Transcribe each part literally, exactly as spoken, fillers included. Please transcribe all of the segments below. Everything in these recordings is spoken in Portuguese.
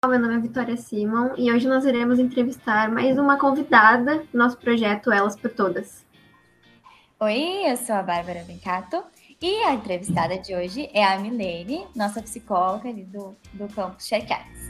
Meu nome é Vitória Simon e hoje nós iremos entrevistar mais uma convidada do nosso projeto Elas por Todas. Oi, eu sou a Bárbara Bencato e a entrevistada de hoje é a Milene, nossa psicóloga ali do, do campus Sharecats.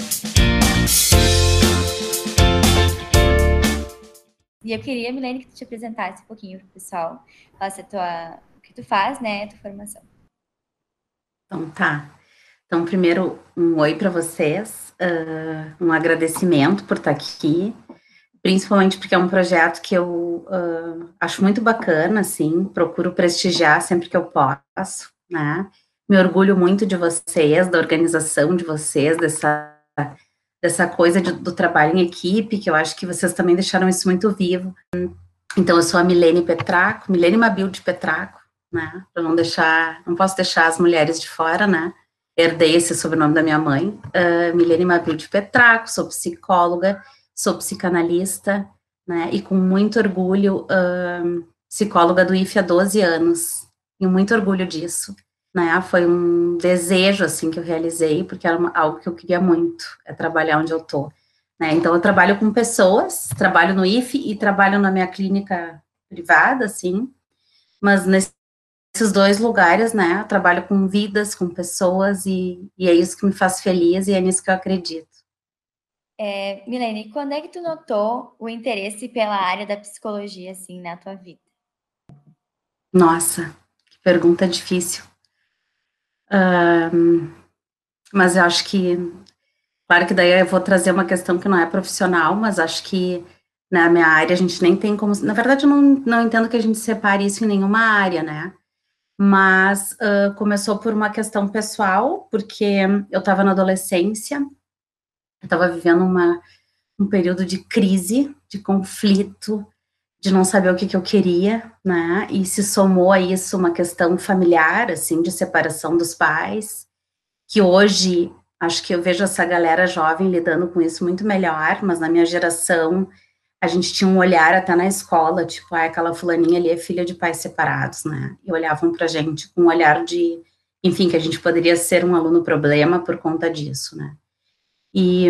E eu queria, Milene, que tu te apresentasse um pouquinho para o pessoal, falasse a tua, o que tu faz, né, a tua formação. Então tá. Então, primeiro, um oi para vocês, uh, um agradecimento por estar aqui, principalmente porque é um projeto que eu uh, acho muito bacana, assim, procuro prestigiar sempre que eu posso, né? Me orgulho muito de vocês, da organização de vocês, dessa, dessa coisa de, do trabalho em equipe, que eu acho que vocês também deixaram isso muito vivo. Então, eu sou a Milene Petraco, Milene Mabilde Petraco, né? Para não deixar, não posso deixar as mulheres de fora, né? Herdei esse sobrenome da minha mãe, uh, Milene Mabilde Petraco, sou psicóloga, sou psicanalista, né, e com muito orgulho, uh, psicóloga do I F E há doze anos, tenho muito orgulho disso, né, foi um desejo, assim, que eu realizei, porque era uma, algo que eu queria muito, é trabalhar onde eu tô, né, então eu trabalho com pessoas, trabalho no I F E e trabalho na minha clínica privada, assim, mas nesse esses dois lugares, né, eu trabalho com vidas, com pessoas, e, e é isso que me faz feliz, e é nisso que eu acredito. É, Milene, quando é que tu notou o interesse pela área da psicologia, assim, na tua vida? Nossa, que pergunta difícil. Um, mas eu acho que, claro que daí eu vou trazer uma questão que não é profissional, mas acho que na minha área a gente nem tem como, na verdade eu não, não entendo que a gente separe isso em nenhuma área, né, mas uh, começou por uma questão pessoal, porque eu estava na adolescência, eu estava vivendo uma, um período de crise, de conflito, de não saber o que, que eu queria, né, e se somou a isso uma questão familiar, assim, de separação dos pais, que hoje, acho que eu vejo essa galera jovem lidando com isso muito melhor, mas na minha geração, a gente tinha um olhar até na escola, tipo, ah, aquela fulaninha ali é filha de pais separados, né, e olhavam pra gente com um olhar de, enfim, que a gente poderia ser um aluno problema por conta disso, né, e,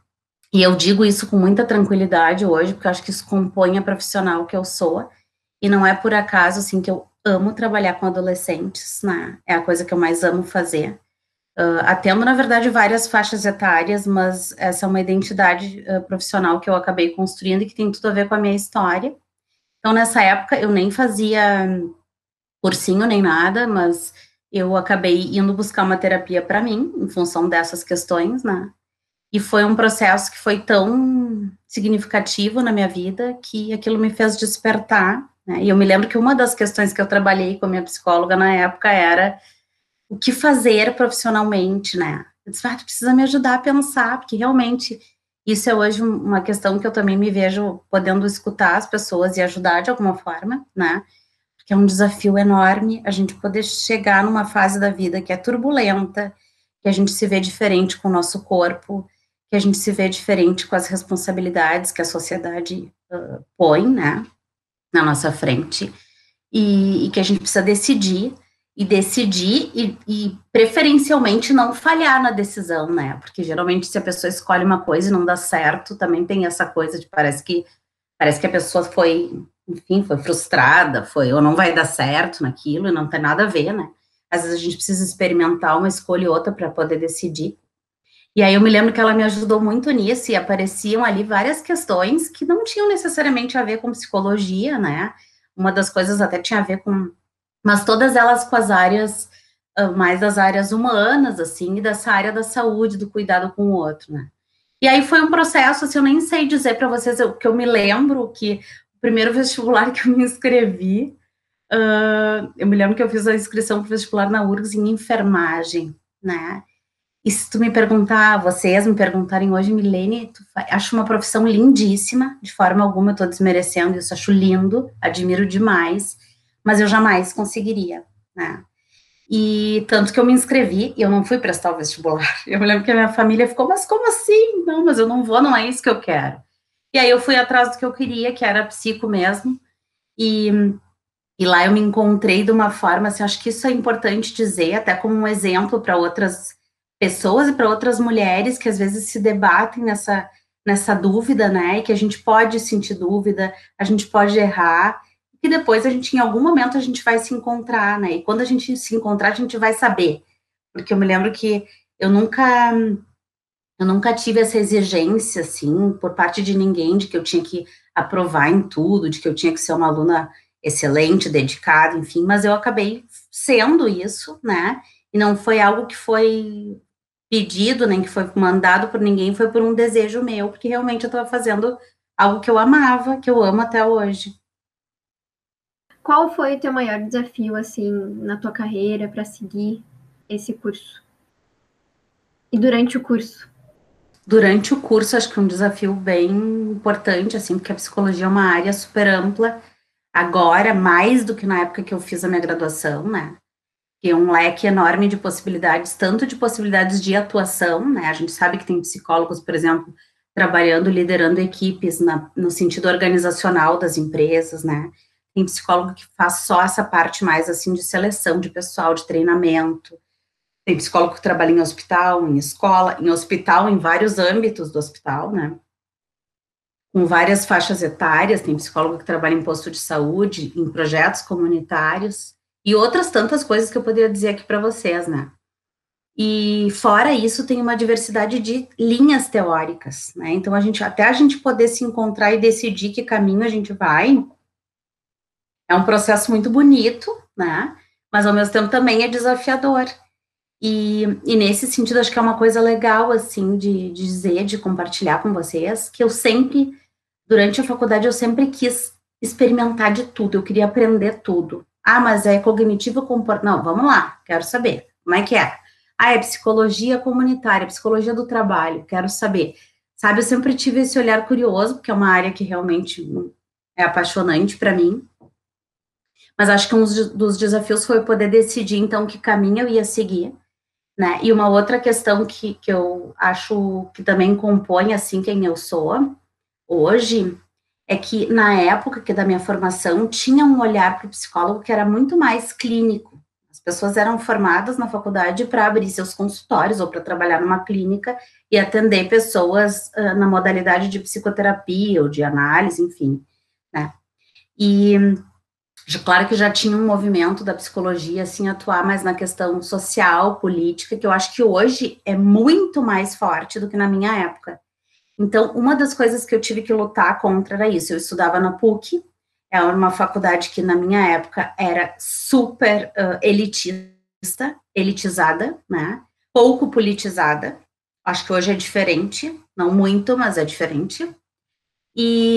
e eu digo isso com muita tranquilidade hoje, porque eu acho que isso compõe a profissional que eu sou, e não é por acaso, assim, que eu amo trabalhar com adolescentes, né, é a coisa que eu mais amo fazer, uh, atendo, na verdade, várias faixas etárias, mas essa é uma identidade uh, profissional que eu acabei construindo e que tem tudo a ver com a minha história. Então, nessa época, eu nem fazia cursinho nem nada, mas eu acabei indo buscar uma terapia para mim, em função dessas questões, né, e foi um processo que foi tão significativo na minha vida que aquilo me fez despertar, né? E eu me lembro que uma das questões que eu trabalhei com a minha psicóloga na época era o que fazer profissionalmente, né? Eu disse, ah, tu precisa me ajudar a pensar, porque realmente isso é hoje uma questão que eu também me vejo podendo escutar as pessoas e ajudar de alguma forma, né? Porque é um desafio enorme a gente poder chegar numa fase da vida que é turbulenta, que a gente se vê diferente com o nosso corpo, que a gente se vê diferente com as responsabilidades que a sociedade uh, põe, né, na nossa frente, e, e que a gente precisa decidir, e decidir, e, e preferencialmente não falhar na decisão, né, porque geralmente se a pessoa escolhe uma coisa e não dá certo, também tem essa coisa de parece que, parece que a pessoa foi, enfim, foi frustrada, foi, ou não vai dar certo naquilo, e não tem nada a ver, né, às vezes a gente precisa experimentar uma escolha e outra para poder decidir. E aí eu me lembro que ela me ajudou muito nisso, e apareciam ali várias questões que não tinham necessariamente a ver com psicologia, né, uma das coisas até tinha a ver com, mas todas elas com as áreas, uh, mais das áreas humanas, assim, e dessa área da saúde, do cuidado com o outro, né. E aí foi um processo, assim, eu nem sei dizer para vocês, o que eu me lembro que o primeiro vestibular que eu me inscrevi, uh, eu me lembro que eu fiz a inscrição para o vestibular na U R G S em enfermagem, né, e se tu me perguntar, vocês me perguntarem hoje, Milene, tu acho uma profissão lindíssima, de forma alguma eu tô desmerecendo isso, acho lindo, admiro demais, mas eu jamais conseguiria, né, e tanto que eu me inscrevi, e eu não fui prestar o vestibular, eu me lembro que a minha família ficou, mas como assim? Não, mas eu não vou, não é isso que eu quero, e aí eu fui atrás do que eu queria, que era psico mesmo, e, e lá eu me encontrei de uma forma, assim, acho que isso é importante dizer, até como um exemplo para outras pessoas e para outras mulheres que às vezes se debatem nessa, nessa dúvida, né, e que a gente pode sentir dúvida, a gente pode errar, e depois a gente, em algum momento, a gente vai se encontrar, né, e quando a gente se encontrar, a gente vai saber, porque eu me lembro que eu nunca, eu nunca tive essa exigência, assim, por parte de ninguém, de que eu tinha que aprovar em tudo, de que eu tinha que ser uma aluna excelente, dedicada, enfim, mas eu acabei sendo isso, né, e não foi algo que foi pedido, nem que foi mandado por ninguém, foi por um desejo meu, porque realmente eu estava fazendo algo que eu amava, que eu amo até hoje. Qual foi o teu maior desafio, assim, na tua carreira para seguir esse curso? E durante o curso? Durante o curso, acho que um desafio bem importante, assim, porque a psicologia é uma área super ampla, agora, mais do que na época que eu fiz a minha graduação, né, que é um leque enorme de possibilidades, tanto de possibilidades de atuação, né, a gente sabe que tem psicólogos, por exemplo, trabalhando, liderando equipes na, no sentido organizacional das empresas, né, tem psicólogo que faz só essa parte mais, assim, de seleção de pessoal, de treinamento, tem psicólogo que trabalha em hospital, em escola, em hospital, em vários âmbitos do hospital, né, com várias faixas etárias, tem psicólogo que trabalha em posto de saúde, em projetos comunitários, e outras tantas coisas que eu poderia dizer aqui para vocês, né. E fora isso, tem uma diversidade de linhas teóricas, né, então a gente, até a gente poder se encontrar e decidir que caminho a gente vai, é um processo muito bonito, né, mas ao mesmo tempo também é desafiador. E, e nesse sentido, acho que é uma coisa legal, assim, de, de dizer, de compartilhar com vocês, que eu sempre, durante a faculdade, eu sempre quis experimentar de tudo, eu queria aprender tudo. Ah, mas é cognitivo comportamental. Não, vamos lá, quero saber. Como é que é? Ah, é psicologia comunitária, psicologia do trabalho, quero saber. Sabe, eu sempre tive esse olhar curioso, porque é uma área que realmente é apaixonante para mim. Mas acho que um dos desafios foi poder decidir, então, que caminho eu ia seguir, né? E uma outra questão que, que eu acho que também compõe, assim, quem eu sou hoje, é que na época que da minha formação tinha um olhar para o psicólogo que era muito mais clínico. As pessoas eram formadas na faculdade para abrir seus consultórios ou para trabalhar numa clínica e atender pessoas uh, na modalidade de psicoterapia ou de análise, enfim, né? E claro que já tinha um movimento da psicologia, assim, atuar mais na questão social, política, que eu acho que hoje é muito mais forte do que na minha época. Então, uma das coisas que eu tive que lutar contra era isso. Eu estudava na PUC, é uma faculdade que na minha época era super uh, elitista, elitizada, né? Pouco politizada. Acho que hoje é diferente, não muito, mas é diferente. E,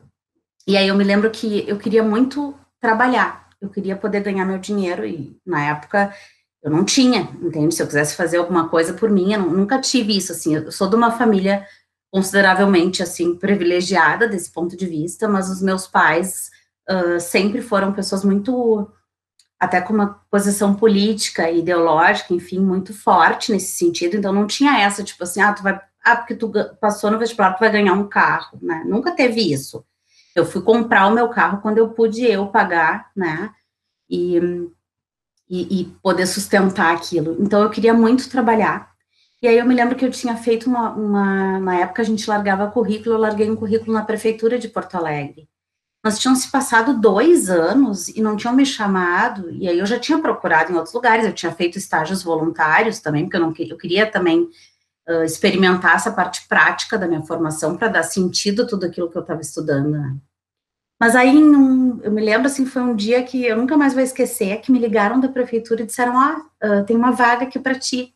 e aí eu me lembro que eu queria muito trabalhar, eu queria poder ganhar meu dinheiro e na época eu não tinha, entende? Se eu quisesse fazer alguma coisa por mim, eu nunca tive isso, assim, eu sou de uma família consideravelmente, assim, privilegiada desse ponto de vista, mas os meus pais uh, sempre foram pessoas muito, até com uma posição política e ideológica, enfim, muito forte nesse sentido, então não tinha essa, tipo assim, ah, tu vai, ah, porque tu passou no vestibular, tu vai ganhar um carro, né, nunca teve isso. Eu fui comprar o meu carro quando eu pude eu pagar, né, e, e, e poder sustentar aquilo. Então, eu queria muito trabalhar. E aí, eu me lembro que eu tinha feito uma, uma... Na época, a gente largava currículo, eu larguei um currículo na Prefeitura de Porto Alegre. Nós tínhamos se passado dois anos e não tinham me chamado, e aí eu já tinha procurado em outros lugares, eu tinha feito estágios voluntários também, porque eu, não, eu queria também uh, experimentar essa parte prática da minha formação para dar sentido a tudo aquilo que eu estava estudando, né? Mas aí, um, eu me lembro, assim, foi um dia que eu nunca mais vou esquecer, que me ligaram da prefeitura e disseram, ah, uh, tem uma vaga aqui para ti.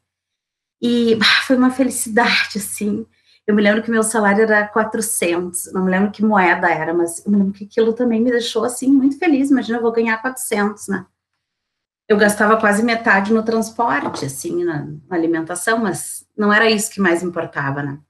E bah, foi uma felicidade, assim. Eu me lembro que meu salário era quatrocentos, não me lembro que moeda era, mas eu me lembro que aquilo também me deixou, assim, muito feliz. Imagina, eu vou ganhar quatrocentos, né? Eu gastava quase metade no transporte, assim, na, na alimentação, mas não era isso que mais importava, né?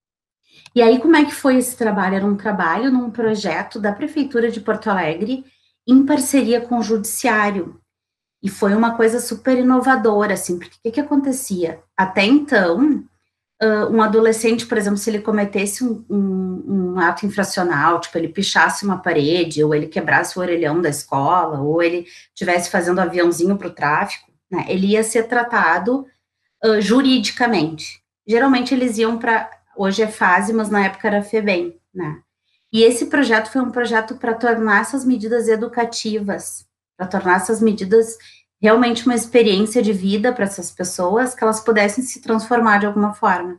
E aí, como é que foi esse trabalho? Era um trabalho num projeto da Prefeitura de Porto Alegre, em parceria com o Judiciário. E foi uma coisa super inovadora, assim, porque o que, que acontecia? Até então, uh, um adolescente, por exemplo, se ele cometesse um, um, um ato infracional, tipo, ele pichasse uma parede, ou ele quebrasse o orelhão da escola, ou ele estivesse fazendo aviãozinho para o tráfico, né, ele ia ser tratado uh, juridicamente. Geralmente eles iam para, hoje é FASE, mas na época era FEBEM, né? E esse projeto foi um projeto para tornar essas medidas educativas, para tornar essas medidas realmente uma experiência de vida para essas pessoas, que elas pudessem se transformar de alguma forma.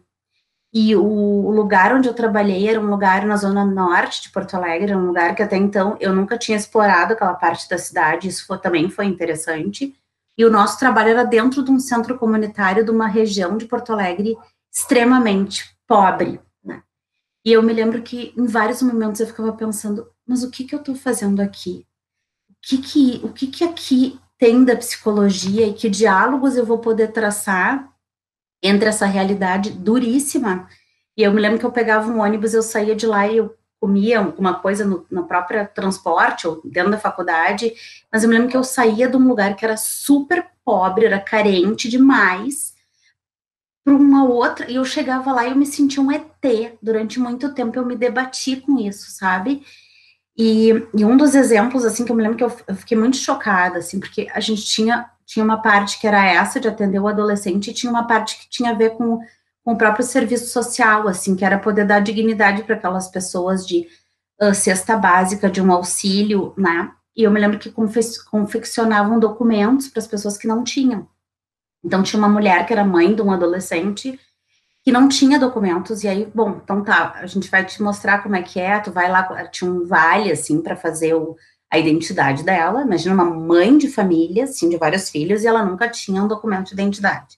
E o, o lugar onde eu trabalhei era um lugar na zona norte de Porto Alegre, era um lugar que até então eu nunca tinha explorado aquela parte da cidade, isso foi, também foi interessante. E o nosso trabalho era dentro de um centro comunitário de uma região de Porto Alegre extremamente pobre, né? E eu me lembro que em vários momentos eu ficava pensando, mas o que que eu estou fazendo aqui? O que que, o que que aqui tem da psicologia e que diálogos eu vou poder traçar entre essa realidade duríssima? E eu me lembro que eu pegava um ônibus, eu saía de lá e eu comia alguma coisa no, no próprio transporte ou dentro da faculdade, mas eu me lembro que eu saía de um lugar que era super pobre, era carente demais, para uma outra, e eu chegava lá e eu me sentia um E T. Durante muito tempo eu me debati com isso, sabe? E, e um dos exemplos, assim, que eu me lembro que eu, eu fiquei muito chocada, assim, porque a gente tinha, tinha uma parte que era essa, de atender o adolescente, e tinha uma parte que tinha a ver com, com o próprio serviço social, assim, que era poder dar dignidade para aquelas pessoas de uh, cesta básica, de um auxílio, né? E eu me lembro que confe confeccionavam documentos para as pessoas que não tinham. Então, tinha uma mulher que era mãe de um adolescente que não tinha documentos, e aí, bom, então tá, a gente vai te mostrar como é que é, tu vai lá, tinha um vale, assim, para fazer o, a identidade dela, imagina uma mãe de família, assim, de vários filhos, e ela nunca tinha um documento de identidade.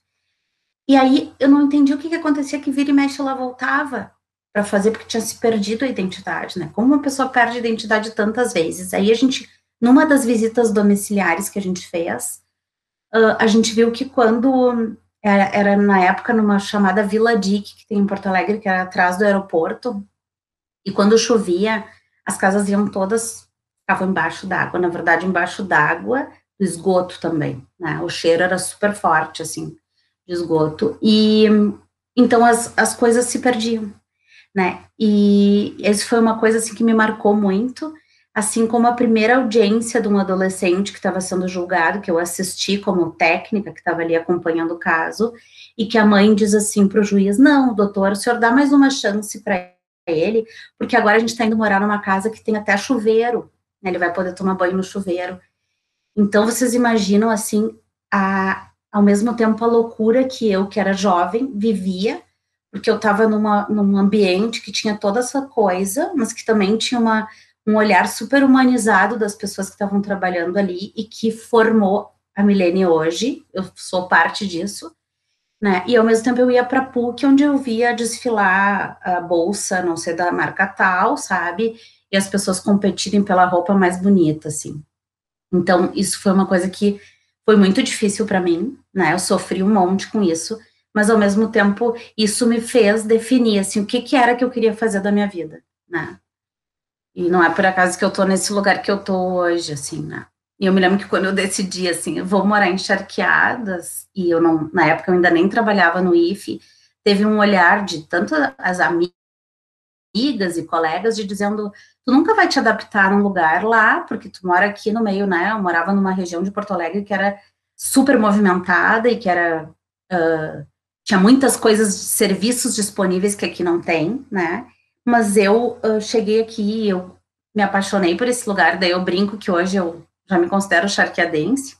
E aí, eu não entendi o que que acontecia, que vira e mexe ela voltava para fazer, porque tinha se perdido a identidade, né? Como uma pessoa perde a identidade tantas vezes? Aí a gente, numa das visitas domiciliares que a gente fez, Uh, a gente viu que quando era, era na época numa chamada Vila Dique, que tem em Porto Alegre, que era atrás do aeroporto, e quando chovia, as casas iam todas, ficavam embaixo d'água, na verdade embaixo d'água, do esgoto também, né, o cheiro era super forte, assim, de esgoto, e então as, as coisas se perdiam, né, e isso foi uma coisa, assim, que me marcou muito, assim como a primeira audiência de um adolescente que estava sendo julgado, que eu assisti como técnica, que estava ali acompanhando o caso, e que a mãe diz assim para o juiz, não, doutor, o senhor dá mais uma chance para ele, porque agora a gente está indo morar numa casa que tem até chuveiro, né, ele vai poder tomar banho no chuveiro. Então, vocês imaginam, assim, a, ao mesmo tempo a loucura que eu, que era jovem, vivia, porque eu estava num ambiente que tinha toda essa coisa, mas que também tinha uma um olhar super humanizado das pessoas que estavam trabalhando ali e que formou a Milene hoje, eu sou parte disso, né, e ao mesmo tempo eu ia para a PUC, onde eu via desfilar a bolsa, não sei, da marca tal, sabe, e as pessoas competirem pela roupa mais bonita, assim. Então, isso foi uma coisa que foi muito difícil para mim, né, eu sofri um monte com isso, mas ao mesmo tempo, isso me fez definir, assim, o que que era que eu queria fazer da minha vida, né. E não é por acaso que eu tô nesse lugar que eu tô hoje, assim, né? E eu me lembro que quando eu decidi, assim, eu vou morar em Charqueadas, e eu não, na época eu ainda nem trabalhava no I F E, teve um olhar de tanto as amigas e colegas de dizendo, tu nunca vai te adaptar num lugar lá, porque tu mora aqui no meio, né? Eu morava numa região de Porto Alegre que era super movimentada e que era, uh, tinha muitas coisas, serviços disponíveis que aqui não tem, né? Mas eu uh, cheguei aqui, eu me apaixonei por esse lugar, daí eu brinco que hoje eu já me considero charqueadense.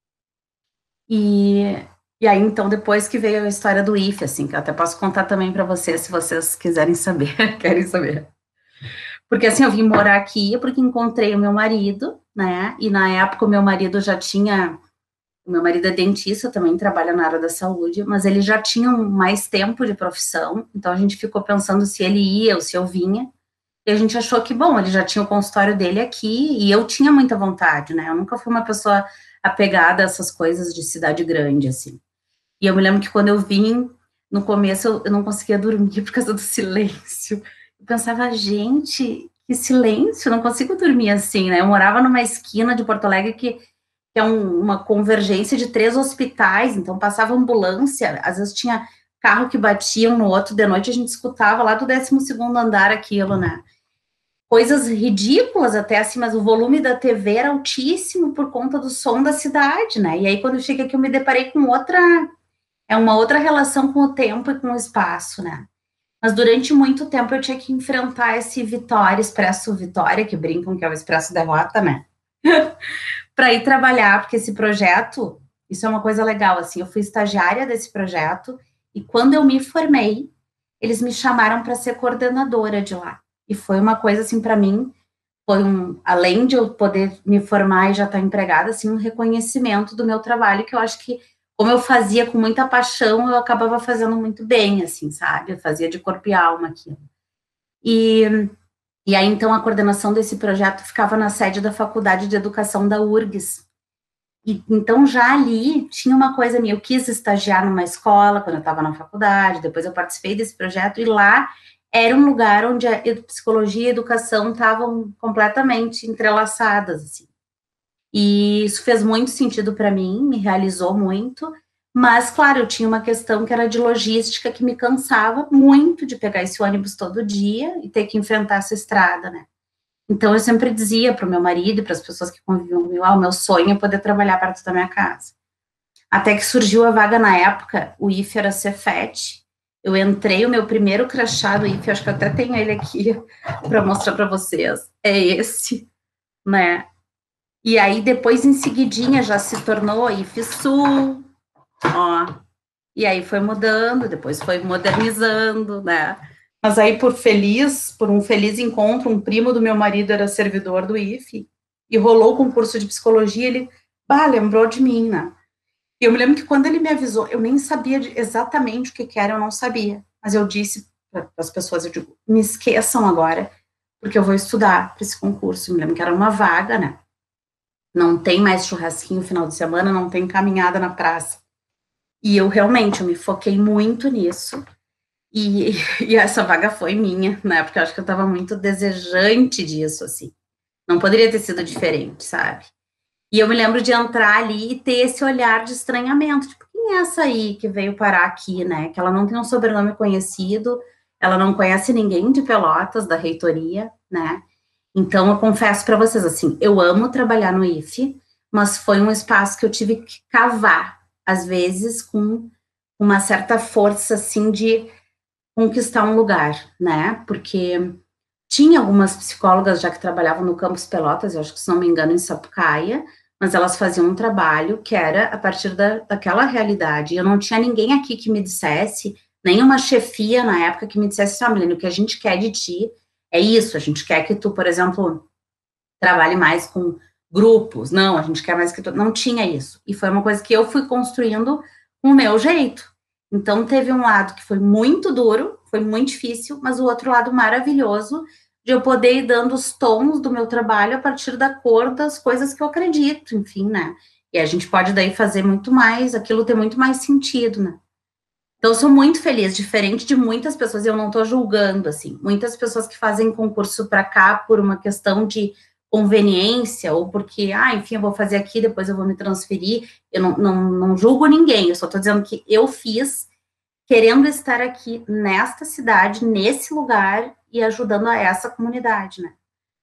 E, e aí, então, depois que veio a história do I F E, assim, que eu até posso contar também para vocês, se vocês quiserem saber, querem saber. Porque, assim, eu vim morar aqui porque encontrei o meu marido, né, e na época o meu marido já tinha... O meu marido é dentista, também trabalha na área da saúde, mas ele já tinha mais tempo de profissão, então a gente ficou pensando se ele ia ou se eu vinha, e a gente achou que, bom, ele já tinha o consultório dele aqui, e eu tinha muita vontade, né, eu nunca fui uma pessoa apegada a essas coisas de cidade grande, assim. E eu me lembro que quando eu vim, no começo eu, eu não conseguia dormir por causa do silêncio. Eu pensava, gente, que silêncio, eu não consigo dormir assim, né, eu morava numa esquina de Porto Alegre que que é um, uma convergência de três hospitais, então passava ambulância, às vezes tinha carro que batia um no outro, de noite a gente escutava lá do décimo segundo andar aquilo, né, coisas ridículas até assim, mas o volume da T V era altíssimo por conta do som da cidade, né, e aí quando eu cheguei aqui eu me deparei com outra, é uma outra relação com o tempo e com o espaço, né? Mas durante muito tempo eu tinha que enfrentar esse Vitória, Expresso Vitória, que brincam que é o Expresso Derrota, né? Para ir trabalhar, porque esse projeto, isso é uma coisa legal, assim, eu fui estagiária desse projeto, e quando eu me formei, eles me chamaram para ser coordenadora de lá. E foi uma coisa, assim, para mim, foi um, além de eu poder me formar e já estar empregada, assim, um reconhecimento do meu trabalho, que eu acho que, como eu fazia com muita paixão, eu acabava fazendo muito bem, assim, sabe? Eu fazia de corpo e alma aquilo. E, e aí, então, a coordenação desse projeto ficava na sede da Faculdade de Educação da U R G S. E, então, já ali, tinha uma coisa minha, eu quis estagiar numa escola, quando eu estava na faculdade, depois eu participei desse projeto, e lá era um lugar onde a psicologia e a educação estavam completamente entrelaçadas, assim. E isso fez muito sentido para mim, me realizou muito, mas, claro, eu tinha uma questão que era de logística, que me cansava muito de pegar esse ônibus todo dia e ter que enfrentar essa estrada, né? Então, eu sempre dizia para o meu marido e para as pessoas que conviviam comigo, ah, o meu sonho é poder trabalhar perto da minha casa. Até que surgiu a vaga na época, o I F era Cefet. Eu entrei, o meu primeiro crachá do I F, acho que eu até tenho ele aqui para mostrar para vocês, é esse, né? E aí, depois, em seguidinha, já se tornou I F Sul, ó. E aí foi mudando, depois foi modernizando, né? Mas aí, por feliz, por um feliz encontro, um primo do meu marido era servidor do I F, e rolou o concurso de psicologia, ele, bah, lembrou de mim, né? E eu me lembro que quando ele me avisou, eu nem sabia de, exatamente o que, que era, eu não sabia. Mas eu disse para as pessoas, eu digo, me esqueçam agora, porque eu vou estudar para esse concurso. Eu me lembro que era uma vaga, né? Não tem mais churrasquinho no final de semana, não tem caminhada na praça. E eu realmente, eu me foquei muito nisso. E, e essa vaga foi minha, né? Porque eu acho que eu estava muito desejante disso, assim. Não poderia ter sido diferente, sabe? E eu me lembro de entrar ali e ter esse olhar de estranhamento, tipo, quem é essa aí que veio parar aqui, né? Que ela não tem um sobrenome conhecido, ela não conhece ninguém de Pelotas, da reitoria, né? Então, eu confesso para vocês, assim, eu amo trabalhar no I F, mas foi um espaço que eu tive que cavar, às vezes, com uma certa força, assim, de conquistar um lugar, né? Porque tinha algumas psicólogas já que trabalhavam no campus Pelotas, eu acho que, se não me engano, em Sapucaia, mas elas faziam um trabalho que era a partir da, daquela realidade. Eu não tinha ninguém aqui que me dissesse, nenhuma chefia na época que me dissesse, ah, Milene, o que a gente quer de ti é isso, a gente quer que tu, por exemplo, trabalhe mais com grupos, não, a gente quer mais que tu... Não tinha isso. E foi uma coisa que eu fui construindo com o meu jeito. Então, teve um lado que foi muito duro, foi muito difícil, mas o outro lado maravilhoso, de eu poder ir dando os tons do meu trabalho a partir da cor das coisas que eu acredito, enfim, né? E a gente pode daí fazer muito mais, aquilo ter muito mais sentido, né? Então, eu sou muito feliz, diferente de muitas pessoas, eu não estou julgando, assim, muitas pessoas que fazem concurso para cá por uma questão de conveniência, ou porque, ah, enfim, eu vou fazer aqui, depois eu vou me transferir, eu não, não, não julgo ninguém, eu só estou dizendo que eu fiz querendo estar aqui nesta cidade, nesse lugar, e ajudando a essa comunidade, né?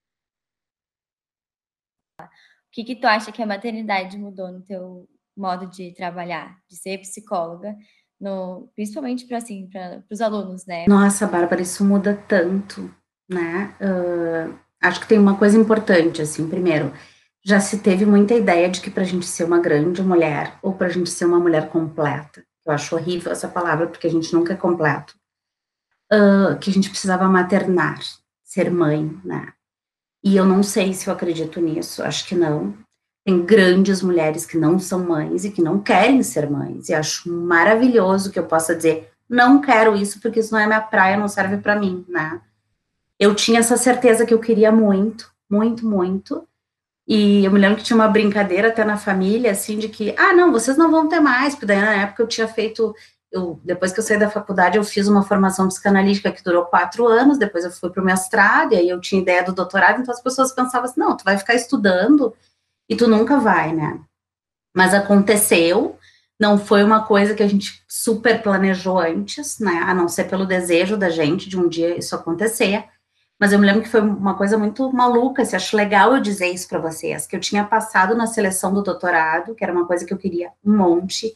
O que que tu acha que a maternidade mudou no teu modo de trabalhar, de ser psicóloga, no, principalmente para assim, para os alunos, né? Nossa, Bárbara, isso muda tanto, né? Uh, acho que tem uma coisa importante, assim, primeiro, já se teve muita ideia de que para a gente ser uma grande mulher, ou para a gente ser uma mulher completa, eu acho horrível essa palavra, porque a gente nunca é completo, uh, que a gente precisava maternar, ser mãe, né? E eu não sei se eu acredito nisso, acho que não. Tem grandes mulheres que não são mães e que não querem ser mães, e acho maravilhoso que eu possa dizer, não quero isso porque isso não é minha praia, não serve para mim, né? Eu tinha essa certeza que eu queria muito, muito, muito, e eu me lembro que tinha uma brincadeira até na família, assim, de que, ah, não, vocês não vão ter mais, porque daí na época eu tinha feito, eu, depois que eu saí da faculdade, eu fiz uma formação psicanalítica que durou quatro anos, depois eu fui para o mestrado, e aí eu tinha ideia do doutorado, então as pessoas pensavam assim, não, tu vai ficar estudando, e tu nunca vai, né? Mas aconteceu, não foi uma coisa que a gente super planejou antes, né? A não ser pelo desejo da gente de um dia isso acontecer. Mas eu me lembro que foi uma coisa muito maluca, assim, acho legal eu dizer isso para vocês, que eu tinha passado na seleção do doutorado, que era uma coisa que eu queria um monte,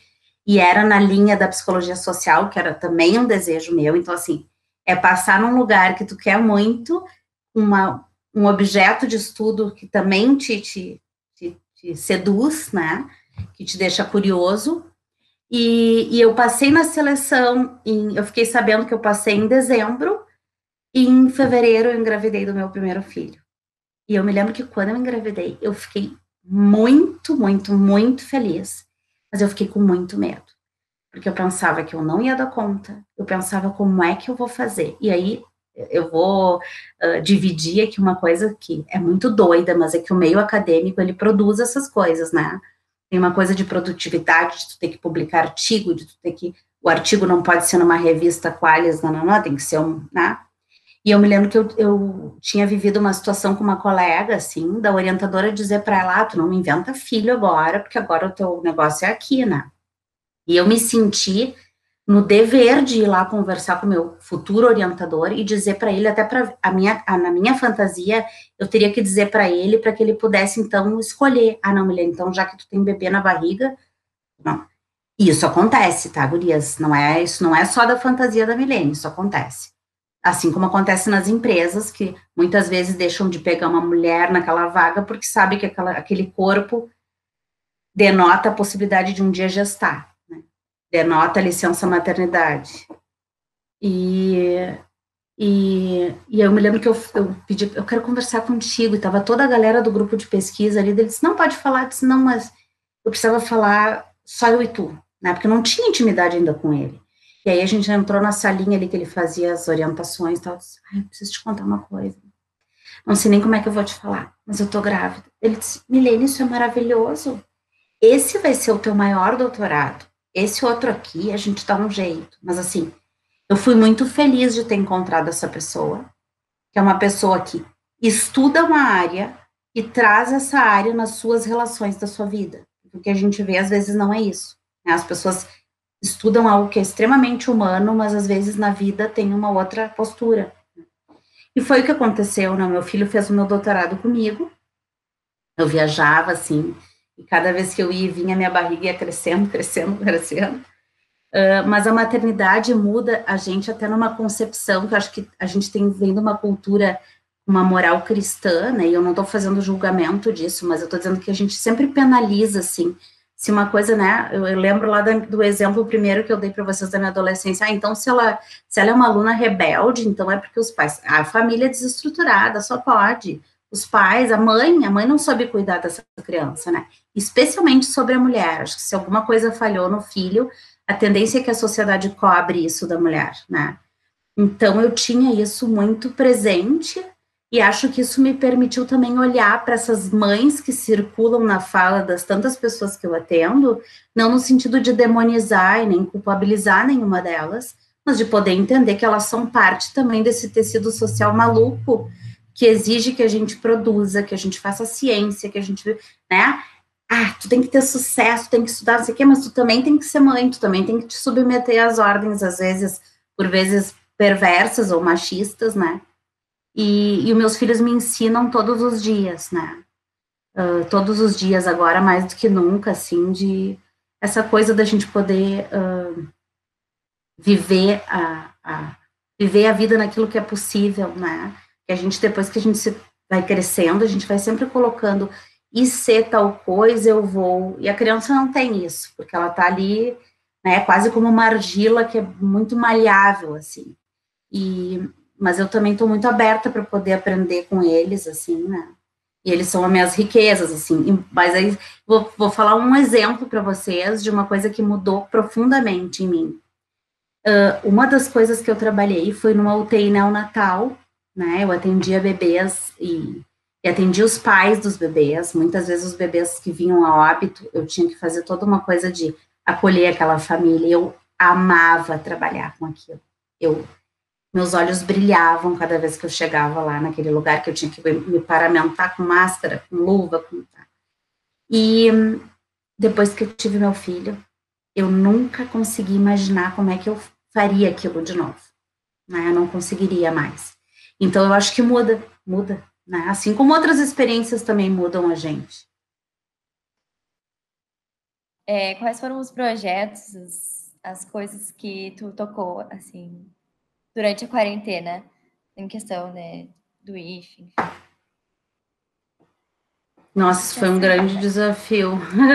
e era na linha da psicologia social, que era também um desejo meu. Então, assim, é passar num lugar que tu quer muito, uma, um objeto de estudo que também te, te, te, te seduz, né, que te deixa curioso. E, e eu passei na seleção, em, eu fiquei sabendo que eu passei em dezembro, e em fevereiro eu engravidei do meu primeiro filho. E eu me lembro que quando eu engravidei, eu fiquei muito, muito, muito feliz, mas eu fiquei com muito medo, porque eu pensava que eu não ia dar conta, eu pensava como é que eu vou fazer, e aí eu vou uh, dividir aqui uma coisa que é muito doida, mas é que o meio acadêmico, ele produz essas coisas, né? Tem uma coisa de produtividade, de tu ter que publicar artigo, de tu ter que, o artigo não pode ser numa revista Qualis, não, não, não, tem que ser um, né? E eu me lembro que eu, eu tinha vivido uma situação com uma colega, assim, da orientadora dizer para ela, ah, tu não me inventa filho agora, porque agora o teu negócio é aqui, né? E eu me senti no dever de ir lá conversar com o meu futuro orientador e dizer para ele, até para a minha, a, na minha fantasia, eu teria que dizer para ele, para que ele pudesse, então, escolher. Ah, não, Milene, então, já que tu tem bebê na barriga, não. Isso acontece, tá, gurias? Não é, isso não é só da fantasia da Milene, isso acontece. Assim como acontece nas empresas, que muitas vezes deixam de pegar uma mulher naquela vaga porque sabe que aquela, aquele corpo denota a possibilidade de um dia gestar, né? Denota a licença maternidade. E, e, e eu me lembro que eu, eu pedi, eu quero conversar contigo, e estava toda a galera do grupo de pesquisa ali, ele disse, não pode falar, eu disse, não, mas eu precisava falar só eu e tu, né, porque eu não tinha intimidade ainda com ele. E aí a gente entrou na salinha ali que ele fazia as orientações e tal. Eu disse, ai, eu preciso te contar uma coisa. Não sei nem como é que eu vou te falar, mas eu tô grávida. Ele disse, Milene, isso é maravilhoso. Esse vai ser o teu maior doutorado. Esse outro aqui, a gente dá um jeito. Mas assim, eu fui muito feliz de ter encontrado essa pessoa, que é uma pessoa que estuda uma área e traz essa área nas suas relações da sua vida. O que a gente vê, às vezes, não é isso, né? As pessoas estudam algo que é extremamente humano, mas às vezes na vida tem uma outra postura. E foi o que aconteceu, né? Meu filho fez o meu doutorado comigo, eu viajava, assim, e cada vez que eu ia, vinha, minha barriga ia crescendo, crescendo, crescendo. Uh, mas a maternidade muda a gente até numa concepção, que eu acho que a gente tem vendo uma cultura, uma moral cristã, né? E eu não estou fazendo julgamento disso, mas eu estou dizendo que a gente sempre penaliza, assim, se uma coisa, né, eu, eu lembro lá do, do exemplo primeiro que eu dei para vocês da minha adolescência, ah, então se ela, se ela é uma aluna rebelde, então é porque os pais, a família é desestruturada, só pode, os pais, a mãe, a mãe não soube cuidar dessa criança, né, especialmente sobre a mulher, acho que se alguma coisa falhou no filho, a tendência é que a sociedade cobre isso da mulher, né, então eu tinha isso muito presente. E acho que isso me permitiu também olhar para essas mães que circulam na fala das tantas pessoas que eu atendo, não no sentido de demonizar e nem culpabilizar nenhuma delas, mas de poder entender que elas são parte também desse tecido social maluco que exige que a gente produza, que a gente faça ciência, que a gente, né? Ah, tu tem que ter sucesso, tem que estudar, não sei o quê, mas tu também tem que ser mãe, tu também tem que te submeter às ordens, às vezes, por vezes perversas ou machistas, né? E, e os meus filhos me ensinam todos os dias, né, uh, todos os dias agora, mais do que nunca, assim, de essa coisa da gente poder uh, viver, a, a, viver a vida naquilo que é possível, né, que a gente, depois que a gente se, vai crescendo, a gente vai sempre colocando, e ser tal coisa, eu vou, e a criança não tem isso, porque ela tá ali, né, quase como uma argila que é muito maleável, assim, e mas eu também estou muito aberta para poder aprender com eles, assim, né, e eles são as minhas riquezas, assim, mas aí vou, vou falar um exemplo para vocês de uma coisa que mudou profundamente em mim. Uh, uma das coisas que eu trabalhei foi numa U T I neonatal, né, eu atendia bebês e, e atendia os pais dos bebês, muitas vezes os bebês que vinham a óbito, eu tinha que fazer toda uma coisa de acolher aquela família, eu amava trabalhar com aquilo, eu meus olhos brilhavam cada vez que eu chegava lá naquele lugar que eu tinha que me paramentar com máscara, com luva, com... E depois que eu tive meu filho, eu nunca consegui imaginar como é que eu faria aquilo de novo, né? Eu não conseguiria mais. Então eu acho que muda, muda, né? Assim como outras experiências também mudam a gente. é, quais foram os projetos, as, as coisas que tu tocou, assim, durante a quarentena, em questão, né, do I F, enfim. Nossa, foi um grande desafio.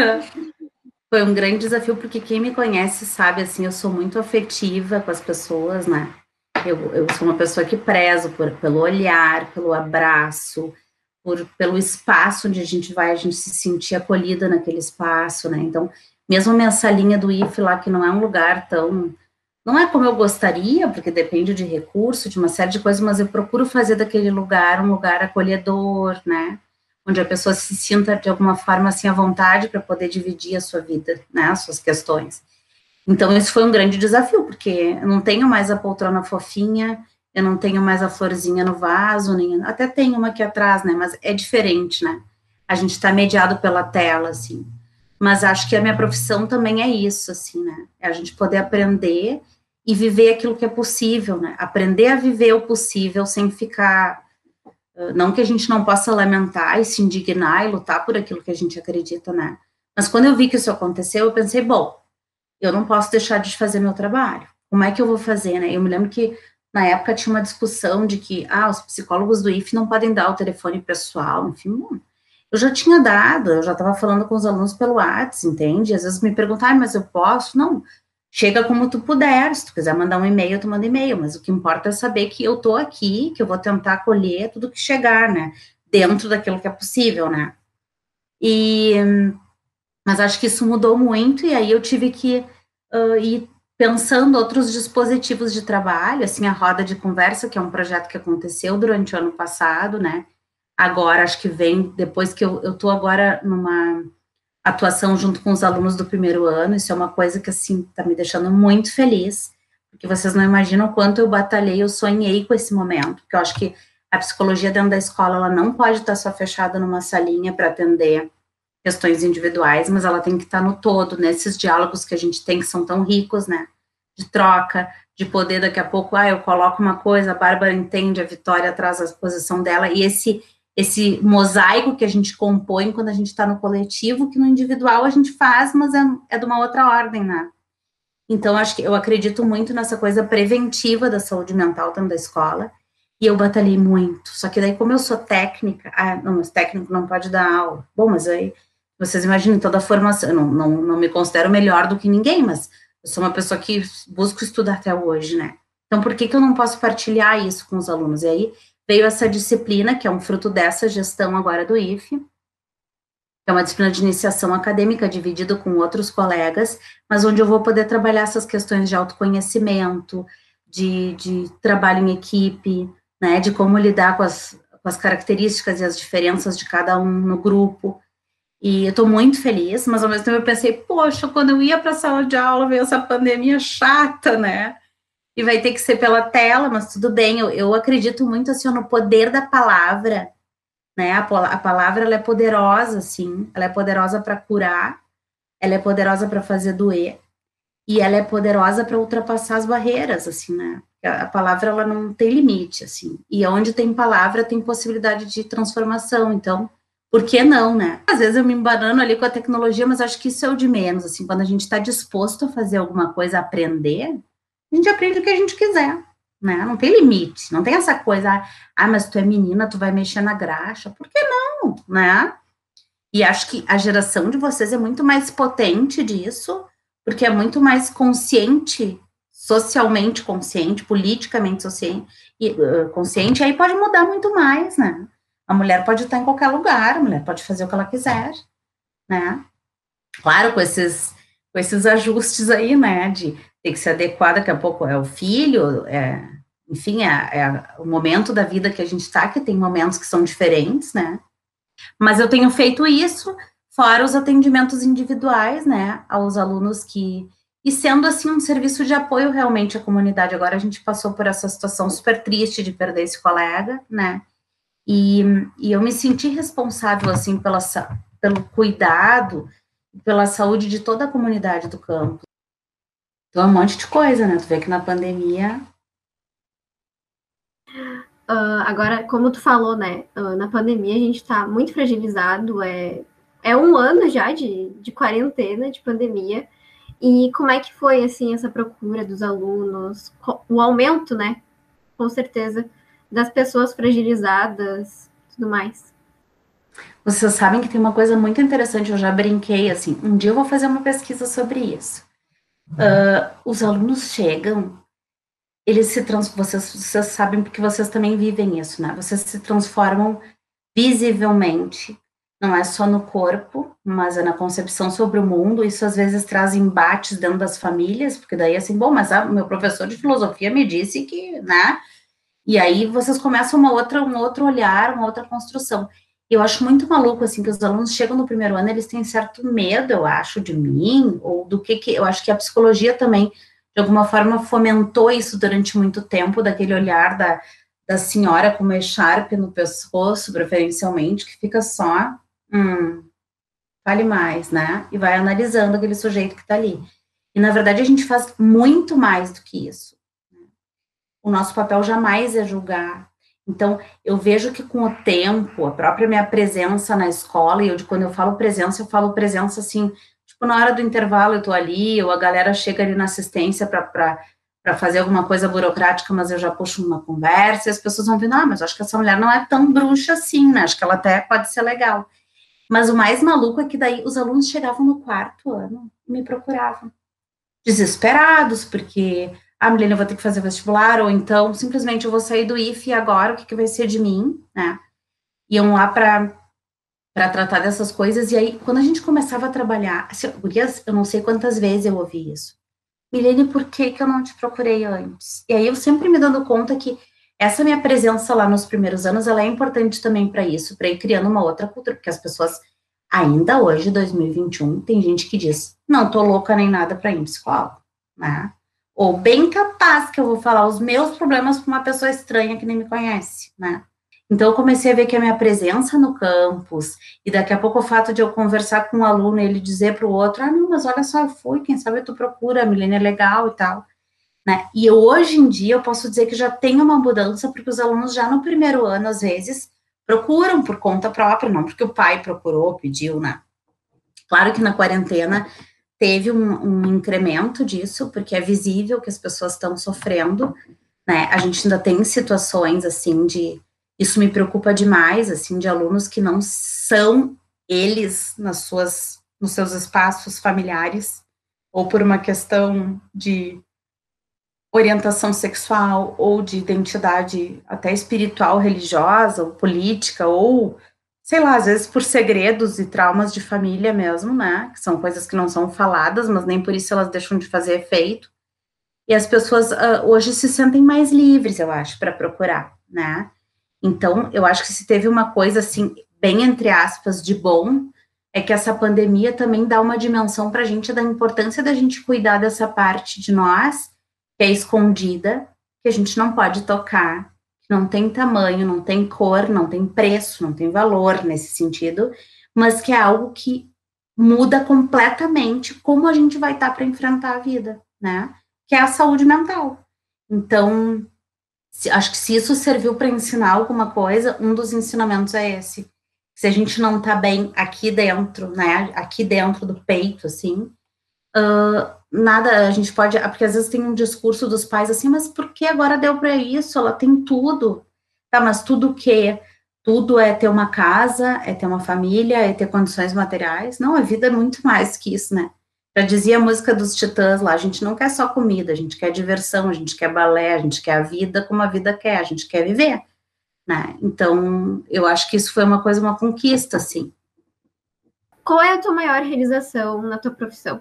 Foi um grande desafio, porque quem me conhece sabe, assim, eu sou muito afetiva com as pessoas, né? Eu, eu sou uma pessoa que prezo por, pelo olhar, pelo abraço, por, pelo espaço onde a gente vai, a gente se sentir acolhida naquele espaço, né? Então, mesmo a minha salinha do I F lá, que não é um lugar tão... Não é como eu gostaria, porque depende de recurso, de uma série de coisas, mas eu procuro fazer daquele lugar um lugar acolhedor, né? Onde a pessoa se sinta, de alguma forma, assim, à vontade para poder dividir a sua vida, né? As suas questões. Então, esse foi um grande desafio, porque eu não tenho mais a poltrona fofinha, eu não tenho mais a florzinha no vaso, nem, até tenho uma aqui atrás, né, mas é diferente, né, a gente está mediado pela tela, assim, mas acho que a minha profissão também é isso, assim, né, é a gente poder aprender e viver aquilo que é possível, né, aprender a viver o possível sem ficar, não que a gente não possa lamentar e se indignar e lutar por aquilo que a gente acredita, né, mas quando eu vi que isso aconteceu, eu pensei, bom, eu não posso deixar de fazer meu trabalho. Como é que eu vou fazer, né? Eu me lembro que, na época, tinha uma discussão de que, ah, os psicólogos do I F não podem dar o telefone pessoal, enfim. Eu já tinha dado, eu já estava falando com os alunos pelo WhatsApp, entende? Às vezes me perguntam, ah, mas eu posso? Não, chega como tu puder, se tu quiser mandar um e-mail, tu manda e-mail, mas o que importa é saber que eu tô aqui, que eu vou tentar acolher tudo que chegar, né? Dentro daquilo que é possível, né? E... Mas acho que isso mudou muito, e aí eu tive que uh, ir pensando outros dispositivos de trabalho, assim, a roda de conversa, que é um projeto que aconteceu durante o ano passado, né, agora, acho que vem, depois que eu, eu tô agora numa atuação junto com os alunos do primeiro ano, isso é uma coisa que, assim, tá me deixando muito feliz, porque vocês não imaginam o quanto eu batalhei, eu sonhei com esse momento, porque eu acho que a psicologia dentro da escola, ela não pode estar só fechada numa salinha para atender questões individuais, mas ela tem que estar no todo, nesses diálogos que a gente tem, que são tão ricos, né, de troca, de poder, daqui a pouco, ah, eu coloco uma coisa, a Bárbara entende, a Vitória traz a posição dela, e esse, esse mosaico que a gente compõe quando a gente está no coletivo, que no individual a gente faz, mas é, é de uma outra ordem, né. Então, acho que eu acredito muito nessa coisa preventiva da saúde mental dentro da escola, e eu batalhei muito, só que daí, como eu sou técnica, ah, não, mas técnico não pode dar aula, bom, mas aí, vocês imaginem toda a formação, eu não, não, não me considero melhor do que ninguém, mas eu sou uma pessoa que busco estudar até hoje, né? Então, por que que eu não posso partilhar isso com os alunos? E aí, veio essa disciplina, que é um fruto dessa gestão agora do I F, que é uma disciplina de iniciação acadêmica, dividida com outros colegas, mas onde eu vou poder trabalhar essas questões de autoconhecimento, de, de trabalho em equipe, né, de como lidar com as, com as características e as diferenças de cada um no grupo. E eu estou muito feliz, mas ao mesmo tempo eu pensei, poxa, quando eu ia para a sala de aula, veio essa pandemia chata, né? E vai ter que ser pela tela, mas tudo bem, eu, eu acredito muito, assim, no poder da palavra, né? A, a palavra, ela é poderosa, assim, ela é poderosa para curar, ela é poderosa para fazer doer, e ela é poderosa para ultrapassar as barreiras, assim, né? A, a palavra, ela não tem limite, assim, e onde tem palavra, tem possibilidade de transformação, então... Por que não, né? Às vezes eu me embanano ali com a tecnologia, mas acho que isso é o de menos, assim, quando a gente está disposto a fazer alguma coisa, a aprender, a gente aprende o que a gente quiser, né? Não tem limite, não tem essa coisa, ah, mas tu é menina, tu vai mexer na graxa, por que não, né? E acho que a geração de vocês é muito mais potente disso, porque é muito mais consciente, socialmente consciente, politicamente consciente, uh, consciente, aí pode mudar muito mais, né? A mulher pode estar em qualquer lugar, a mulher pode fazer o que ela quiser, né? Claro, com esses, com esses ajustes aí, né, de ter que se adequar, daqui a pouco é o filho, é, enfim, é, é o momento da vida que a gente está, que tem momentos que são diferentes, né? Mas eu tenho feito isso, fora os atendimentos individuais, né, aos alunos que... E sendo, assim, um serviço de apoio realmente à comunidade. Agora a gente passou por essa situação super triste de perder esse colega, né? E, e eu me senti responsável, assim, pela, pelo cuidado, pela saúde de toda a comunidade do campo. Então, é um monte de coisa, né? Tu vê que na pandemia... Uh, agora, como tu falou, né? Uh, na pandemia a gente tá muito fragilizado, é, é um ano já de, de quarentena, de pandemia, e como é que foi, assim, essa procura dos alunos, o aumento, né, com certeza, das pessoas fragilizadas, tudo mais? Vocês sabem que tem uma coisa muito interessante, eu já brinquei, assim, um dia eu vou fazer uma pesquisa sobre isso. Uh, os alunos chegam, eles se transformam, vocês, vocês sabem porque vocês também vivem isso, né? Vocês se transformam visivelmente, não é só no corpo, mas é na concepção sobre o mundo. Isso às vezes traz embates dentro das famílias, porque daí assim, bom, mas o meu professor de filosofia me disse que, né? E aí vocês começam uma outra, um outro olhar, uma outra construção. Eu acho muito maluco, assim, que os alunos chegam no primeiro ano, eles têm certo medo, eu acho, de mim, ou do que que, eu acho que a psicologia também, de alguma forma, fomentou isso durante muito tempo, daquele olhar da, da senhora com uma echarpe no pescoço, preferencialmente, que fica só, hum, fale mais, né, e vai analisando aquele sujeito que tá ali. E, na verdade, a gente faz muito mais do que isso. O nosso papel jamais é julgar. Então, eu vejo que com o tempo, a própria minha presença na escola, e eu, quando eu falo presença, eu falo presença assim, tipo, na hora do intervalo eu tô ali, ou a galera chega ali na assistência para fazer alguma coisa burocrática, mas eu já puxo uma conversa, e as pessoas vão vendo, ah, mas acho que essa mulher não é tão bruxa assim, né, acho que ela até pode ser legal. Mas o mais maluco é que daí os alunos chegavam no quarto ano e me procuravam, desesperados, porque ah, Milene, eu vou ter que fazer vestibular, ou então, simplesmente, eu vou sair do I F E agora, o que, que vai ser de mim, né? Iam lá para tratar dessas coisas, e aí, quando a gente começava a trabalhar, assim, gurias, eu não sei quantas vezes eu ouvi isso. Milene, por que, que eu não te procurei antes? E aí, eu sempre me dando conta que essa minha presença lá nos primeiros anos, ela é importante também para isso, para ir criando uma outra cultura, porque as pessoas, ainda hoje, dois mil e vinte e um, tem gente que diz, não tô louca nem nada para ir em psicólogo, né? Ou bem capaz que eu vou falar os meus problemas para uma pessoa estranha que nem me conhece, né? Então, eu comecei a ver que a minha presença no campus, e daqui a pouco o fato de eu conversar com um aluno e ele dizer para o outro, ah, não, mas olha só, eu fui, quem sabe tu procura, a Milene é legal e tal, né? E eu, hoje em dia, eu posso dizer que já tem uma mudança, porque os alunos já no primeiro ano, às vezes, procuram por conta própria, não porque o pai procurou, pediu, né? Claro que na quarentena teve um, um incremento disso, porque é visível que as pessoas estão sofrendo, né, a gente ainda tem situações, assim, de, isso me preocupa demais, assim, de alunos que não são eles nas suas, nos seus espaços familiares, ou por uma questão de orientação sexual, ou de identidade até espiritual, religiosa, ou política, ou sei lá, às vezes por segredos e traumas de família mesmo, né, que são coisas que não são faladas, mas nem por isso elas deixam de fazer efeito, e as pessoas uh, hoje se sentem mais livres, eu acho, para procurar, né, então, eu acho que se teve uma coisa, assim, bem entre aspas, de bom, é que essa pandemia também dá uma dimensão para a gente da importância da gente cuidar dessa parte de nós, que é escondida, que a gente não pode tocar, não tem tamanho, não tem cor, não tem preço, não tem valor nesse sentido, mas que é algo que muda completamente como a gente vai estar para enfrentar a vida, né? Que é a saúde mental. Então, se, acho que se isso serviu para ensinar alguma coisa, um dos ensinamentos é esse. Se a gente não está bem aqui dentro, né? Aqui dentro do peito, assim, Uh, nada, a gente pode, porque às vezes tem um discurso dos pais assim, mas por que agora deu para isso? Ela tem tudo, tá, mas tudo o quê? Tudo é ter uma casa, é ter uma família, é ter condições materiais? Não, a vida é muito mais que isso, né? Já dizia a música dos Titãs lá, a gente não quer só comida, a gente quer diversão, a gente quer balé, a gente quer a vida como a vida quer, a gente quer viver, né? Então, eu acho que isso foi uma coisa, uma conquista, assim. Qual é a tua maior realização na tua profissão?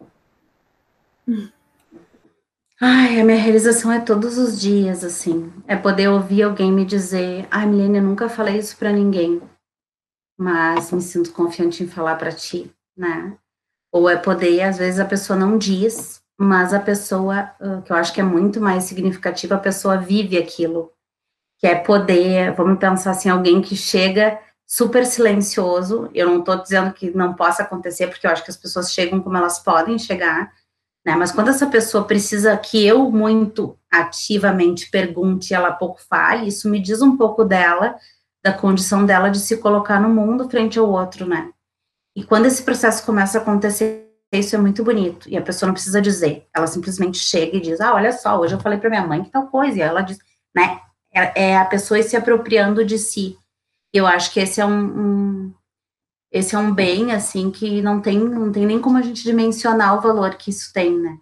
Ai, a minha realização é todos os dias, assim, é poder ouvir alguém me dizer, ai, Milene, eu nunca falei isso pra ninguém, mas me sinto confiante em falar pra ti, né, ou é poder, às vezes a pessoa não diz, mas a pessoa, que eu acho que é muito mais significativo, a pessoa vive aquilo, que é poder, vamos pensar assim, alguém que chega super silencioso, eu não tô dizendo que não possa acontecer, porque eu acho que as pessoas chegam como elas podem chegar, né, mas quando essa pessoa precisa que eu muito ativamente pergunte e ela pouco fale, isso me diz um pouco dela, da condição dela de se colocar no mundo frente ao outro, né, E quando esse processo começa a acontecer, isso é muito bonito, e a pessoa não precisa dizer, ela simplesmente chega e diz, ah, olha só, hoje eu falei para minha mãe que tal coisa, e ela diz, né, é, é a pessoa se apropriando de si. Eu acho que esse é um, um esse é um bem, assim, que não tem, não tem nem como a gente dimensionar o valor que isso tem, né.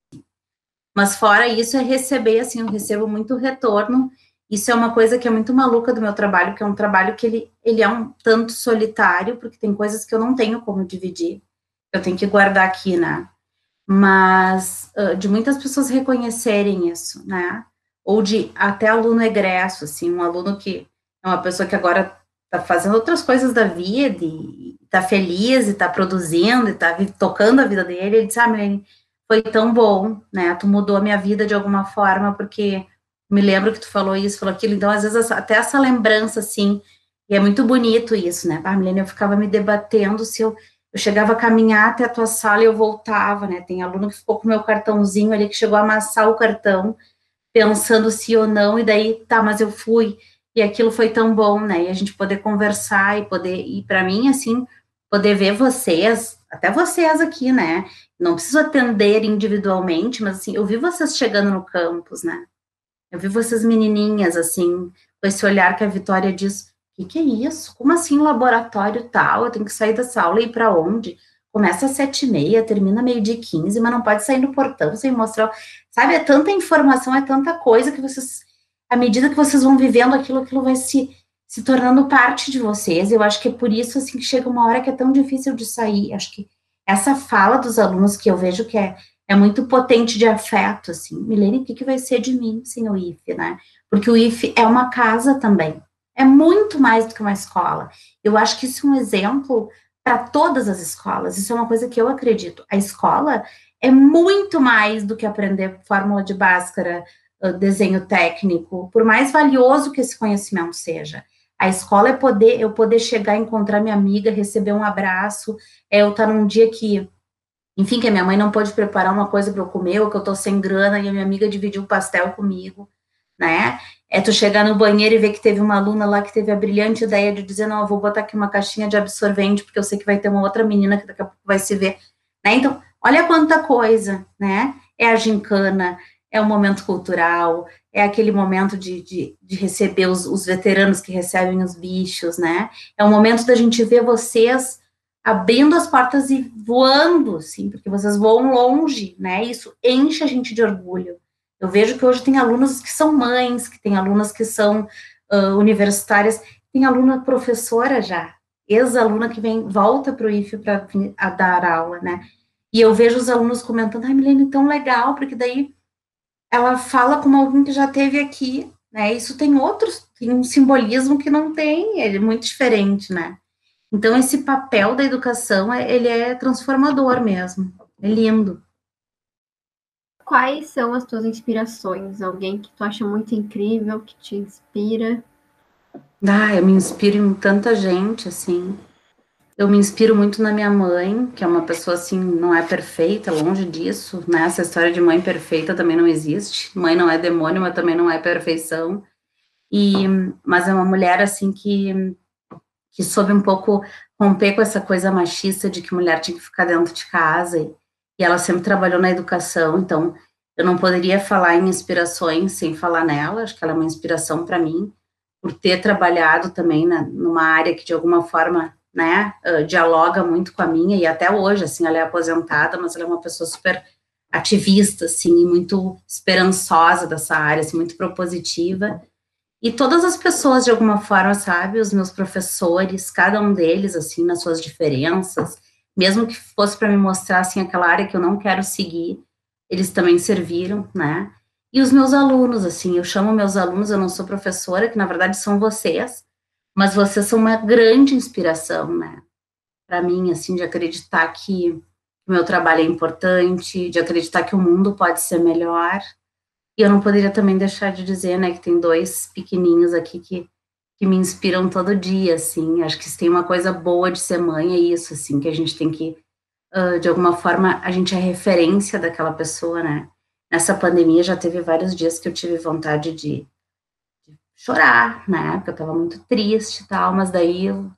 Mas fora isso, é receber, assim, eu recebo muito retorno. Isso é uma coisa que é muito maluca do meu trabalho, que é um trabalho que ele, ele é um tanto solitário, porque tem coisas que eu não tenho como dividir, eu tenho que guardar aqui, né, mas uh, de muitas pessoas reconhecerem isso, né, ou de até aluno egresso, assim, um aluno que é uma pessoa que agora está fazendo outras coisas da vida, e está feliz, e está produzindo, e está tocando a vida dele, ele diz, ah, Milene, foi tão bom, né, tu mudou a minha vida de alguma forma, porque me lembro que tu falou isso, falou aquilo, então, às vezes, até essa lembrança, assim, e é muito bonito isso, né, ah, Milene, eu ficava me debatendo se eu, eu chegava a caminhar até a tua sala e eu voltava, né, tem aluno que ficou com o meu cartãozinho ali, que chegou a amassar o cartão, pensando se ou não, e daí, tá, mas eu fui, e aquilo foi tão bom, né, e a gente poder conversar, e poder, e para mim, assim, poder ver vocês, até vocês aqui, né, não preciso atender individualmente, mas assim, eu vi vocês chegando no campus, né, eu vi vocês menininhas, assim, com esse olhar que a Vitória diz, o que, que é isso? Como assim laboratório tal? Eu tenho que sair dessa aula e ir para onde? Começa às sete e meia, termina meio-dia e quinze, mas não pode sair no portão sem mostrar, sabe, é tanta informação, é tanta coisa que vocês, à medida que vocês vão vivendo aquilo, aquilo vai se, se tornando parte de vocês, eu acho que é por isso, assim, que chega uma hora que é tão difícil de sair, acho que essa fala dos alunos que eu vejo que é, é muito potente de afeto, assim, Milene, o que, que vai ser de mim sem o I F, né, porque o I F é uma casa também, é muito mais do que uma escola, eu acho que isso é um exemplo para todas as escolas, isso é uma coisa que eu acredito, a escola é muito mais do que aprender fórmula de Bhaskara, desenho técnico, por mais valioso que esse conhecimento seja, a escola é poder, eu poder chegar, encontrar minha amiga, receber um abraço, é eu estar num dia que, enfim, que a minha mãe não pôde preparar uma coisa para eu comer, ou que eu tô sem grana, e a minha amiga dividiu o pastel comigo, né, é tu chegar no banheiro e ver que teve uma aluna lá que teve a brilhante ideia de dizer, não, eu vou botar aqui uma caixinha de absorvente, porque eu sei que vai ter uma outra menina que daqui a pouco vai se ver, né, então, olha quanta coisa, né, é a gincana, é o momento cultural, é aquele momento de, de, de receber os, os veteranos que recebem os bichos, né, é o momento da gente ver vocês abrindo as portas e voando, assim, porque vocês voam longe, né, isso enche a gente de orgulho. Eu vejo que hoje tem alunos que são mães, que tem alunas que são uh, universitárias, tem aluna professora já, ex-aluna que vem, volta para o I F para dar aula, né, e eu vejo os alunos comentando, ai, Milene, tão legal, porque daí ela fala como alguém que já teve aqui, né, isso tem outros, tem um simbolismo que não tem, ele é muito diferente, né, então esse papel da educação, ele é transformador mesmo, é lindo. Quais são as tuas inspirações? Alguém que tu acha muito incrível, que te inspira? Ah, eu me inspiro em tanta gente, assim, eu me inspiro muito na minha mãe, que é uma pessoa, assim, não é perfeita, longe disso, né, essa história de mãe perfeita também não existe, mãe não é demônio, mas também não é perfeição, e, mas é uma mulher, assim, que, que soube um pouco romper com essa coisa machista de que mulher tinha que ficar dentro de casa, e, e ela sempre trabalhou na educação, então eu não poderia falar em inspirações sem falar nela, acho que ela é uma inspiração para mim, por ter trabalhado também na, numa área que de alguma forma, né, uh, dialoga muito com a minha, e até hoje, assim, ela é aposentada, mas ela é uma pessoa super ativista, assim, e muito esperançosa dessa área, assim, muito propositiva, e todas as pessoas, de alguma forma, sabe, os meus professores, cada um deles, assim, nas suas diferenças, mesmo que fosse para me mostrar, assim, aquela área que eu não quero seguir, eles também serviram, né, e os meus alunos, assim, eu chamo meus alunos, eu não sou professora, que na verdade são vocês, mas vocês são uma grande inspiração, né, para mim, assim, de acreditar que o meu trabalho é importante, de acreditar que o mundo pode ser melhor. E eu não poderia também deixar de dizer, né, que tem dois pequenininhos aqui que, que me inspiram todo dia, assim, acho que se tem uma coisa boa de ser mãe, é isso, assim, que a gente tem que, uh, de alguma forma, a gente é referência daquela pessoa, né, nessa pandemia já teve vários dias que eu tive vontade de, de chorar, né, porque eu tava muito triste e tal, mas daí eu,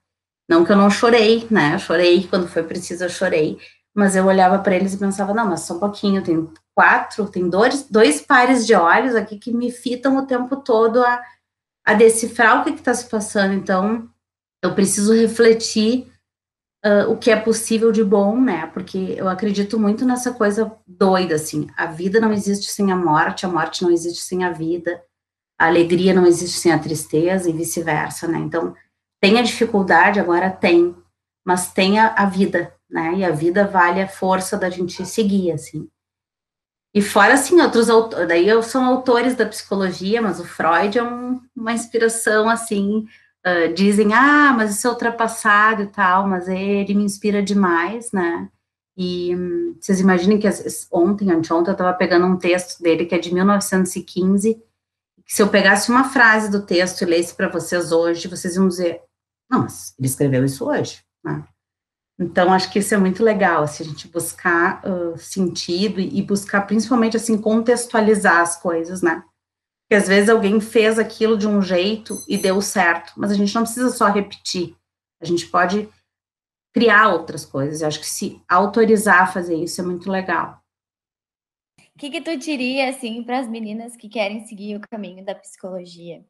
Não que eu não chorei, né? Eu chorei quando foi preciso, eu chorei. Mas eu olhava para eles e pensava, não, mas só um pouquinho, tem quatro, tem dois, dois pares de olhos aqui que me fitam o tempo todo a, a decifrar o que está se passando. Então, eu preciso refletir uh, o que é possível de bom, né? Porque eu acredito muito nessa coisa doida, assim. A vida não existe sem a morte, a morte não existe sem a vida, a alegria não existe sem a tristeza e vice-versa, né? Então, tem a dificuldade, agora tem, mas tem a, a vida, né? E a vida vale a força da gente seguir, assim. E fora, assim, outros autores, daí são autores da psicologia, mas o Freud é um, uma inspiração, assim, uh, dizem, ah, mas isso é ultrapassado e tal, mas ele me inspira demais, né? E hum, vocês imaginem que ontem, anteontem, eu estava pegando um texto dele que é de mil novecentos e quinze, que se eu pegasse uma frase do texto e lesse para vocês hoje, vocês iam dizer, não, mas ele escreveu isso hoje, né? Então, acho que isso é muito legal, assim, a gente buscar uh, sentido e, e buscar, principalmente, assim, contextualizar as coisas, né? Porque, às vezes, alguém fez aquilo de um jeito e deu certo, mas a gente não precisa só repetir, a gente pode criar outras coisas. Eu acho que se autorizar a fazer isso é muito legal. O que que tu diria, assim, para as meninas que querem seguir o caminho da psicologia?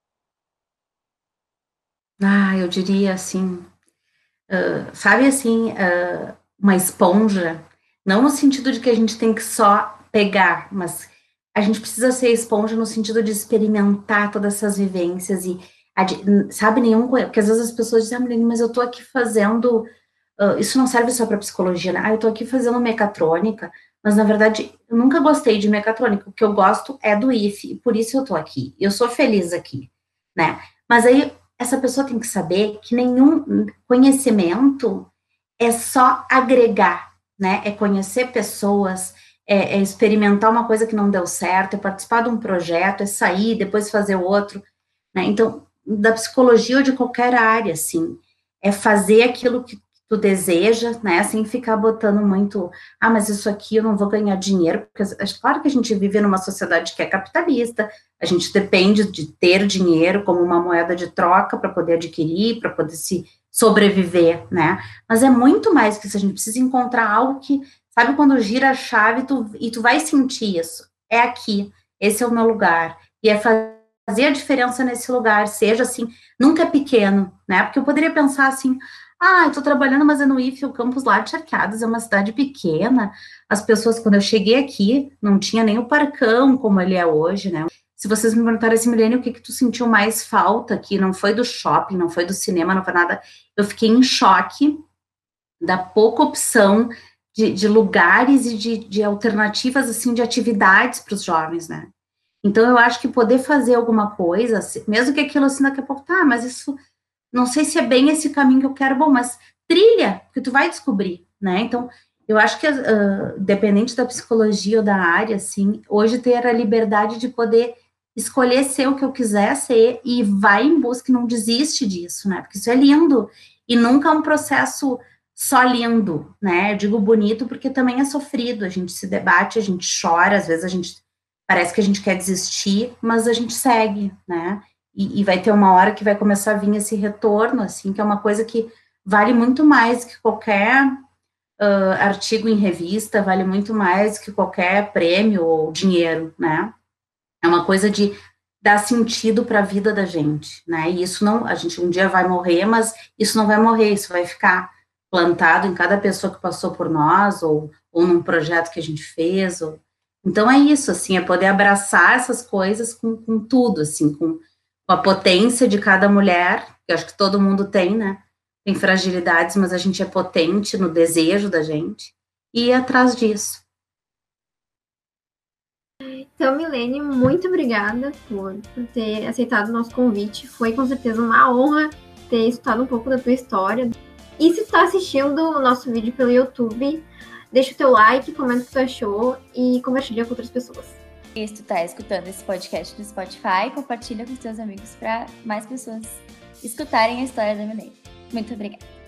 Ah, eu diria, assim... Uh, sabe, assim, uh, uma esponja, não no sentido de que a gente tem que só pegar, mas a gente precisa ser esponja no sentido de experimentar todas essas vivências e, sabe, nenhum, porque às vezes as pessoas dizem, ah, mas eu tô aqui fazendo, uh, isso não serve só para psicologia, né? Ah, eu tô aqui fazendo mecatrônica, mas na verdade eu nunca gostei de mecatrônica, o que eu gosto é do I F, e por isso eu tô aqui, eu sou feliz aqui, né? Mas aí essa pessoa tem que saber que nenhum conhecimento é só agregar, né? É conhecer pessoas, é, é experimentar uma coisa que não deu certo, é participar de um projeto, é sair, depois fazer outro, né? Então, da psicologia ou de qualquer área, assim, é fazer aquilo que tu deseja, né? Sem ficar botando muito, ah, mas isso aqui eu não vou ganhar dinheiro, porque é claro que a gente vive numa sociedade que é capitalista, a gente depende de ter dinheiro como uma moeda de troca para poder adquirir, para poder se sobreviver, né? Mas é muito mais que isso, a gente precisa encontrar algo que, sabe, quando gira a chave tu, e tu vai sentir isso, é aqui, esse é o meu lugar, e é fazer a diferença nesse lugar, seja assim, nunca é pequeno, né? Porque eu poderia pensar assim, ah, eu tô trabalhando, mas é no I F, o campus lá de Charqueadas é uma cidade pequena, as pessoas, quando eu cheguei aqui, não tinha nem o parcão como ele é hoje, né? Se vocês me perguntarem assim, Milene, o que que tu sentiu mais falta aqui, não foi do shopping, não foi do cinema, não foi nada, eu fiquei em choque da pouca opção de, de lugares e de, de alternativas, assim, de atividades para os jovens, né? Então, eu acho que poder fazer alguma coisa, mesmo que aquilo assim, daqui a pouco, tá, mas isso, não sei se é bem esse caminho que eu quero, bom, mas trilha, porque tu vai descobrir, né? Então, eu acho que, uh, dependente da psicologia ou da área, assim, hoje ter a liberdade de poder escolher ser o que eu quiser ser e vai em busca e não desiste disso, né? Porque isso é lindo e nunca é um processo só lindo, né? Eu digo bonito porque também é sofrido, a gente se debate, a gente chora, às vezes a gente parece que a gente quer desistir, mas a gente segue, né? E, e vai ter uma hora que vai começar a vir esse retorno, assim, que é uma coisa que vale muito mais que qualquer uh, artigo em revista, vale muito mais que qualquer prêmio ou dinheiro, né? É uma coisa de dar sentido para a vida da gente, né? E isso não, a gente um dia vai morrer, mas isso não vai morrer, isso vai ficar plantado em cada pessoa que passou por nós, ou, ou num projeto que a gente fez, ou... Então é isso, assim, é poder abraçar essas coisas com, com tudo, assim, com, com a potência de cada mulher, que eu acho que todo mundo tem, né? Tem fragilidades, mas a gente é potente no desejo da gente, e ir atrás disso. Então, Milene, muito obrigada por, por ter aceitado o nosso convite. Foi com certeza uma honra ter escutado um pouco da tua história. E se tu está assistindo o nosso vídeo pelo YouTube, deixa o teu like, comenta o que tu achou e compartilha com outras pessoas. E se tu tá escutando esse podcast no Spotify, compartilha com os teus amigos para mais pessoas escutarem a história da Milene. Muito obrigada.